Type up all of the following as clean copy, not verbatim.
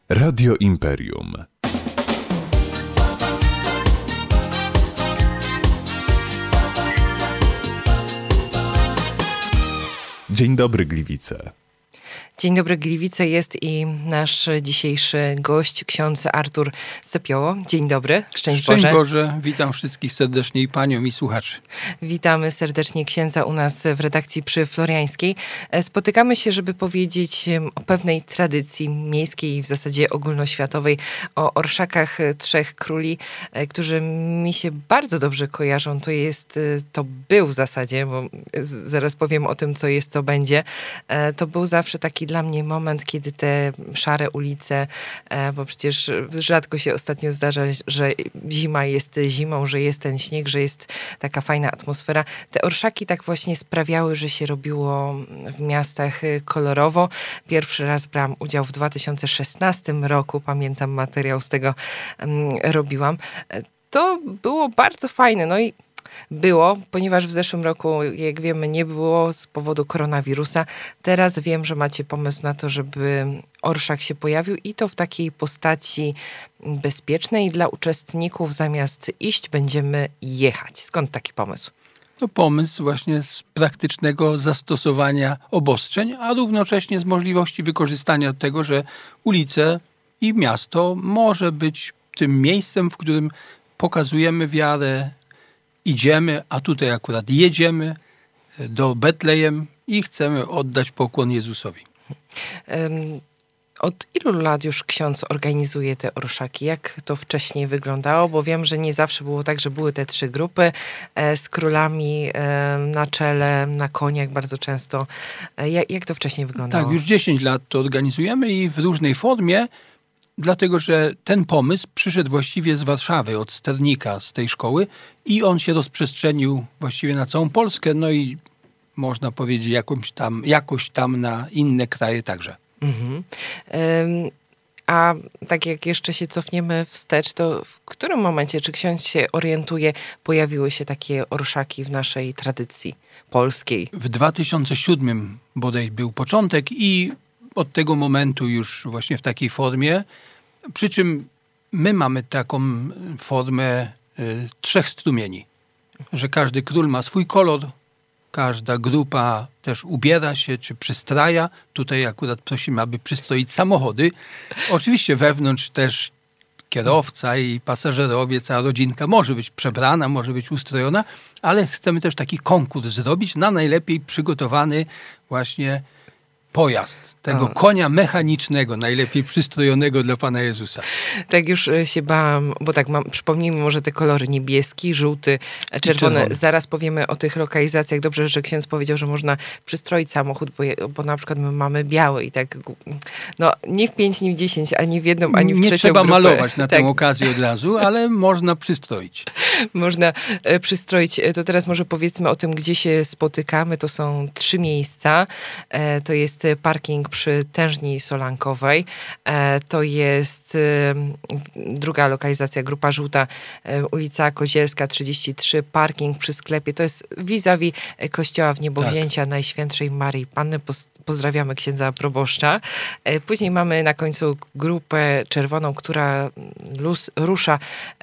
Radio Imperium. Dzień dobry, Gliwice. Dzień dobry, Gliwice. Jest i nasz dzisiejszy gość, ksiądz Artur Sepioło. Dzień dobry, szczęść Boże. Szczęść Boże, witam wszystkich serdecznie i paniom i słuchaczy. Witamy serdecznie księdza u nas w redakcji przy Floriańskiej. Spotykamy się, żeby powiedzieć o pewnej tradycji miejskiej i w zasadzie ogólnoświatowej, o orszakach Trzech Króli, którzy mi się bardzo dobrze kojarzą. To był w zasadzie, bo zaraz powiem o tym, co jest, co będzie. To był zawsze taki dla mnie moment, kiedy te szare ulice, bo przecież rzadko się ostatnio zdarza, że zima jest zimą, że jest ten śnieg, że jest taka fajna atmosfera. Te orszaki tak właśnie sprawiały, że się robiło w miastach kolorowo. Pierwszy raz brałam udział w 2016 roku, pamiętam, materiał z tego robiłam. To było bardzo fajne, no i ponieważ w zeszłym roku, jak wiemy, nie było z powodu koronawirusa. Teraz wiem, że macie pomysł na to, żeby orszak się pojawił i to w takiej postaci bezpiecznej dla uczestników. Zamiast iść, będziemy jechać. Skąd taki pomysł? To pomysł właśnie z praktycznego zastosowania obostrzeń, a równocześnie z możliwości wykorzystania tego, że ulice i miasto może być tym miejscem, w którym pokazujemy wiarę, idziemy, a tutaj akurat jedziemy do Betlejem i chcemy oddać pokłon Jezusowi. Od ilu lat już ksiądz organizuje te orszaki? Jak to wcześniej wyglądało? Bo wiem, że nie zawsze było tak, że były te trzy grupy z królami na czele, na koniach bardzo często. Jak to wcześniej wyglądało? Tak, już 10 lat to organizujemy i w różnej formie, dlatego że ten pomysł przyszedł właściwie z Warszawy, od sternika z tej szkoły i on się rozprzestrzenił właściwie na całą Polskę, no i można powiedzieć jakoś tam na inne kraje także. Mhm. A tak jak jeszcze się cofniemy wstecz, to w którym momencie, czy ksiądz się orientuje, pojawiły się takie orszaki w naszej tradycji polskiej? W 2007 bodaj był początek i od tego momentu już właśnie w takiej formie, przy czym my mamy taką formę trzech strumieni, że każdy król ma swój kolor, każda grupa też ubiera się czy przystraja. Tutaj akurat prosimy, aby przystroić samochody. Oczywiście wewnątrz też kierowca i pasażerowie, cała rodzinka może być przebrana, może być ustrojona, ale chcemy też taki konkurs zrobić na najlepiej przygotowany właśnie pojazd, tego konia mechanicznego, najlepiej przystrojonego dla Pana Jezusa. Tak już się bałam, bo tak przypomnijmy może te kolory niebieski, żółty, czerwony. Zaraz powiemy o tych lokalizacjach. Dobrze, że ksiądz powiedział, że można przystroić samochód, bo na przykład my mamy biały i tak nie w 5, nie w 10, ani w jedną, ani w trzecią Nie trzeba grupę malować na tę okazję od razu, ale można przystroić. Można przystroić. To teraz może powiedzmy o tym, gdzie się spotykamy. To są 3 miejsca. To jest parking przy Tężni Solankowej. To jest druga lokalizacja, Grupa Żółta, ulica Kozielska 33, parking przy sklepie. To jest vis-a-vis kościoła Wniebowzięcia Najświętszej Maryi Panny. Pozdrawiamy księdza proboszcza. Później mamy na końcu grupę czerwoną, która rusza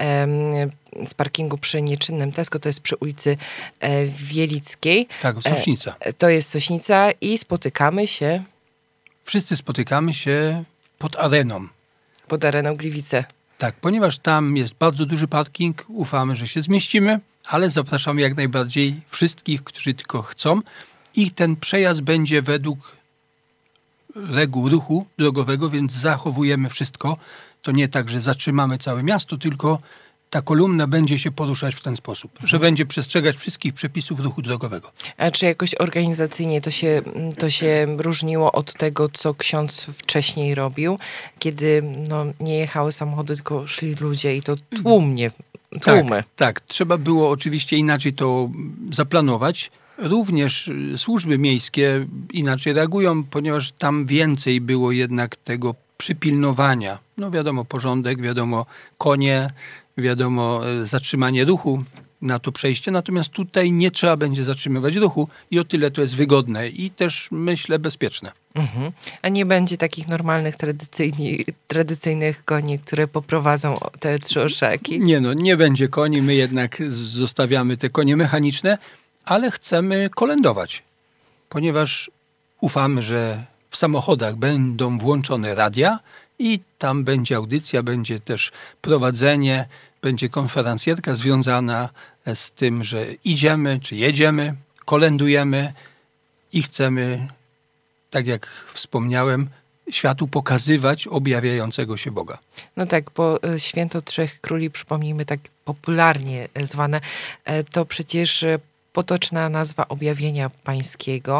z parkingu przy Nieczynnym Tesco, to jest przy ulicy Wielickiej. Tak, Sośnica. To jest Sośnica i spotykamy się... Wszyscy spotykamy się pod areną. Pod areną Gliwice. Tak, ponieważ tam jest bardzo duży parking, ufamy, że się zmieścimy, ale zapraszamy jak najbardziej wszystkich, którzy tylko chcą i ten przejazd będzie według reguł ruchu drogowego, więc zachowujemy wszystko. To nie tak, że zatrzymamy całe miasto, tylko ta kolumna będzie się poruszać w ten sposób, że będzie przestrzegać wszystkich przepisów ruchu drogowego. A czy jakoś organizacyjnie to się różniło od tego, co ksiądz wcześniej robił, kiedy nie jechały samochody, tylko szli ludzie i to tłumy? Tak, trzeba było oczywiście inaczej to zaplanować. Również służby miejskie inaczej reagują, ponieważ tam więcej było jednak tego przypilnowania. Wiadomo, porządek, wiadomo, konie, wiadomo, zatrzymanie ruchu na to przejście. Natomiast tutaj nie trzeba będzie zatrzymywać ruchu i o tyle to jest wygodne i też, myślę, bezpieczne. A nie będzie takich normalnych, tradycyjnych koni, które poprowadzą te 3 orszaki? Nie będzie koni. My jednak zostawiamy te konie mechaniczne, ale chcemy kolędować, ponieważ ufamy, że w samochodach będą włączone radia i tam będzie audycja, będzie też prowadzenie, będzie konferencjerka związana z tym, że idziemy czy jedziemy, kolędujemy i chcemy, tak jak wspomniałem, światu pokazywać objawiającego się Boga. No tak, bo Święto Trzech Króli, przypomnijmy, tak popularnie zwane, to przecież potoczna nazwa objawienia pańskiego.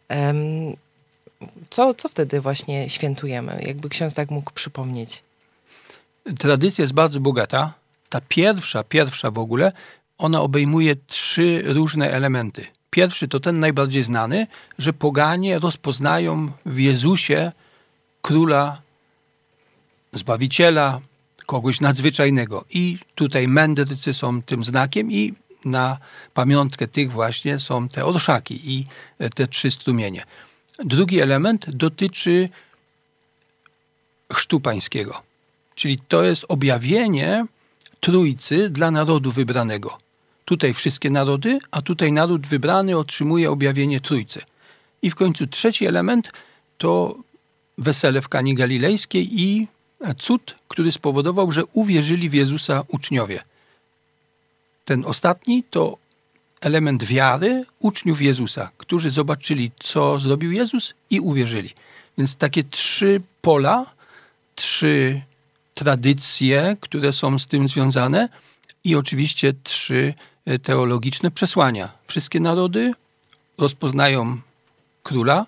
Co wtedy właśnie świętujemy? Jakby ksiądz tak mógł przypomnieć. Tradycja jest bardzo bogata. Ta pierwsza w ogóle, ona obejmuje 3 różne elementy. Pierwszy to ten najbardziej znany, że poganie rozpoznają w Jezusie Króla, Zbawiciela, kogoś nadzwyczajnego. I tutaj mędrcy są tym znakiem i na pamiątkę tych właśnie są te orszaki i te 3 strumienie. Drugi element dotyczy chrztu pańskiego, czyli to jest objawienie Trójcy dla narodu wybranego. Tutaj wszystkie narody, a tutaj naród wybrany otrzymuje objawienie Trójcy. I w końcu trzeci element to wesele w Kani Galilejskiej i cud, który spowodował, że uwierzyli w Jezusa uczniowie. Ten ostatni to element wiary uczniów Jezusa, którzy zobaczyli, co zrobił Jezus i uwierzyli. Więc takie 3 pola, 3 tradycje, które są z tym związane i oczywiście 3 teologiczne przesłania. Wszystkie narody rozpoznają króla,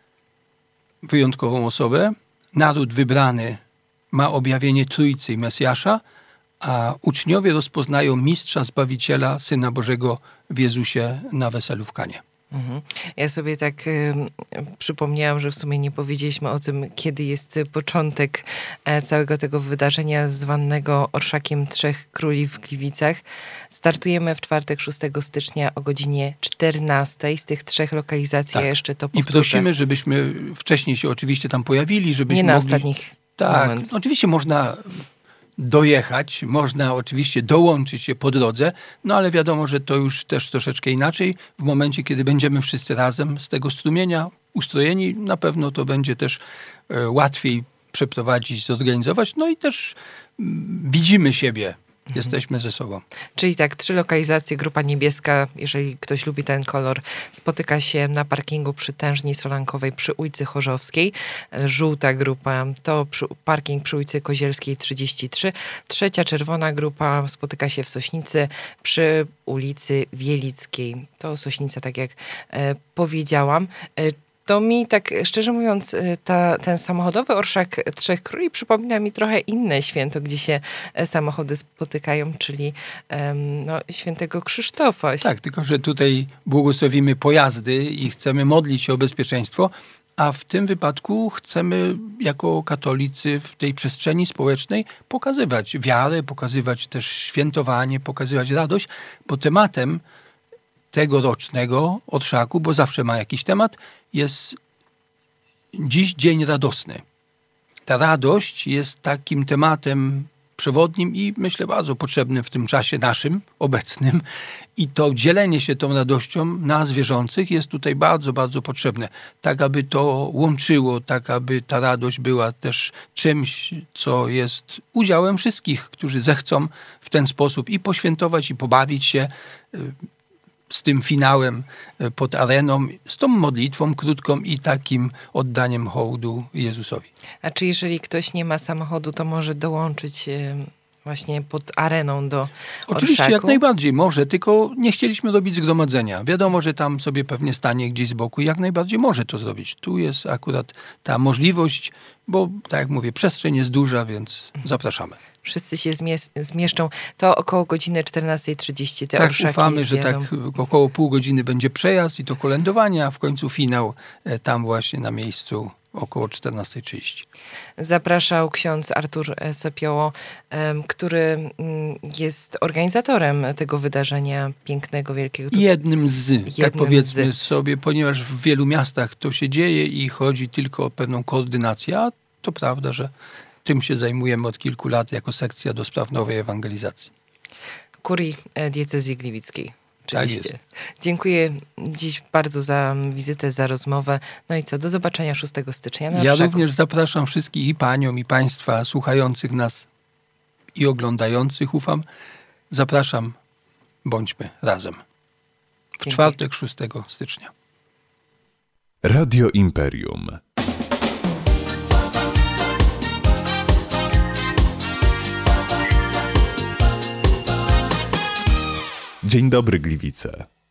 wyjątkową osobę. Naród wybrany ma objawienie Trójcy i Mesjasza, a uczniowie rozpoznają Mistrza, Zbawiciela, Syna Bożego w Jezusie na weselu w Kanie. Ja sobie tak przypomniałam, że w sumie nie powiedzieliśmy o tym, kiedy jest początek całego tego wydarzenia zwanego Orszakiem Trzech Króli w Gliwicach. Startujemy w czwartek 6 stycznia o godzinie 14 z tych 3 lokalizacji. Tak. Ja jeszcze to powtórzę. I prosimy, żebyśmy wcześniej się oczywiście tam pojawili, żebyśmy nie na mogli... ostatnich Tak, moment. oczywiście można dojechać, można oczywiście dołączyć się po drodze, no ale wiadomo, że to już też troszeczkę inaczej. W momencie, kiedy będziemy wszyscy razem z tego strumienia ustrojeni, na pewno to będzie też łatwiej przeprowadzić, zorganizować. No i też widzimy siebie. Jesteśmy ze sobą. Czyli tak, 3 lokalizacje. Grupa niebieska, jeżeli ktoś lubi ten kolor, spotyka się na parkingu przy Tężni Solankowej przy ulicy Chorzowskiej. Żółta grupa to parking przy ulicy Kozielskiej 33. Trzecia czerwona grupa spotyka się w Sośnicy przy ulicy Wielickiej. To Sośnica, tak jak powiedziałam. To mi tak, szczerze mówiąc, ten samochodowy Orszak Trzech Króli przypomina mi trochę inne święto, gdzie się samochody spotykają, czyli świętego Krzysztofa. Tak, tylko że tutaj błogosławimy pojazdy i chcemy modlić się o bezpieczeństwo, a w tym wypadku chcemy jako katolicy w tej przestrzeni społecznej pokazywać wiarę, pokazywać też świętowanie, pokazywać radość, bo tematem tegorocznego orszaku, bo zawsze ma jakiś temat, jest dziś dzień radosny. Ta radość jest takim tematem przewodnim i myślę bardzo potrzebnym w tym czasie naszym, obecnym. I to dzielenie się tą radością nas wierzących jest tutaj bardzo, bardzo potrzebne. Tak, aby to łączyło, tak, aby ta radość była też czymś, co jest udziałem wszystkich, którzy zechcą w ten sposób i poświętować, i pobawić się z tym finałem pod areną, z tą modlitwą krótką i takim oddaniem hołdu Jezusowi. A czy jeżeli ktoś nie ma samochodu, to może dołączyć właśnie pod areną do Oczywiście Orszaku? jak najbardziej może, tylko nie chcieliśmy robić zgromadzenia. Wiadomo, że tam sobie pewnie stanie gdzieś z boku i jak najbardziej może to zrobić. Tu jest akurat ta możliwość, bo tak jak mówię, przestrzeń jest duża, więc zapraszamy. Wszyscy się zmieszczą. To około godziny 14:30 te Tak, orszaki ufamy, że zjadą. tak około pół godziny będzie przejazd i to kolędowanie, a w końcu finał tam właśnie na miejscu około 14:30. Zapraszał ksiądz Artur Sapioło, który jest organizatorem tego wydarzenia pięknego, wielkiego. Jednym z, tak powiedzmy z. sobie, ponieważ w wielu miastach to się dzieje i chodzi tylko o pewną koordynację, a to prawda, że tym się zajmujemy od kilku lat jako sekcja do spraw nowej ewangelizacji. Kurii Diecezji Gliwickiej. Oczywiście. Tak jest. Dziękuję dziś bardzo za wizytę, za rozmowę. No i co, do zobaczenia 6 stycznia na Ja Orszaku. również zapraszam wszystkich i paniom, i państwa słuchających nas i oglądających, ufam. Zapraszam, bądźmy razem. W Dziękuję. czwartek, 6 stycznia. Radio Imperium. Dzień dobry, Gliwice.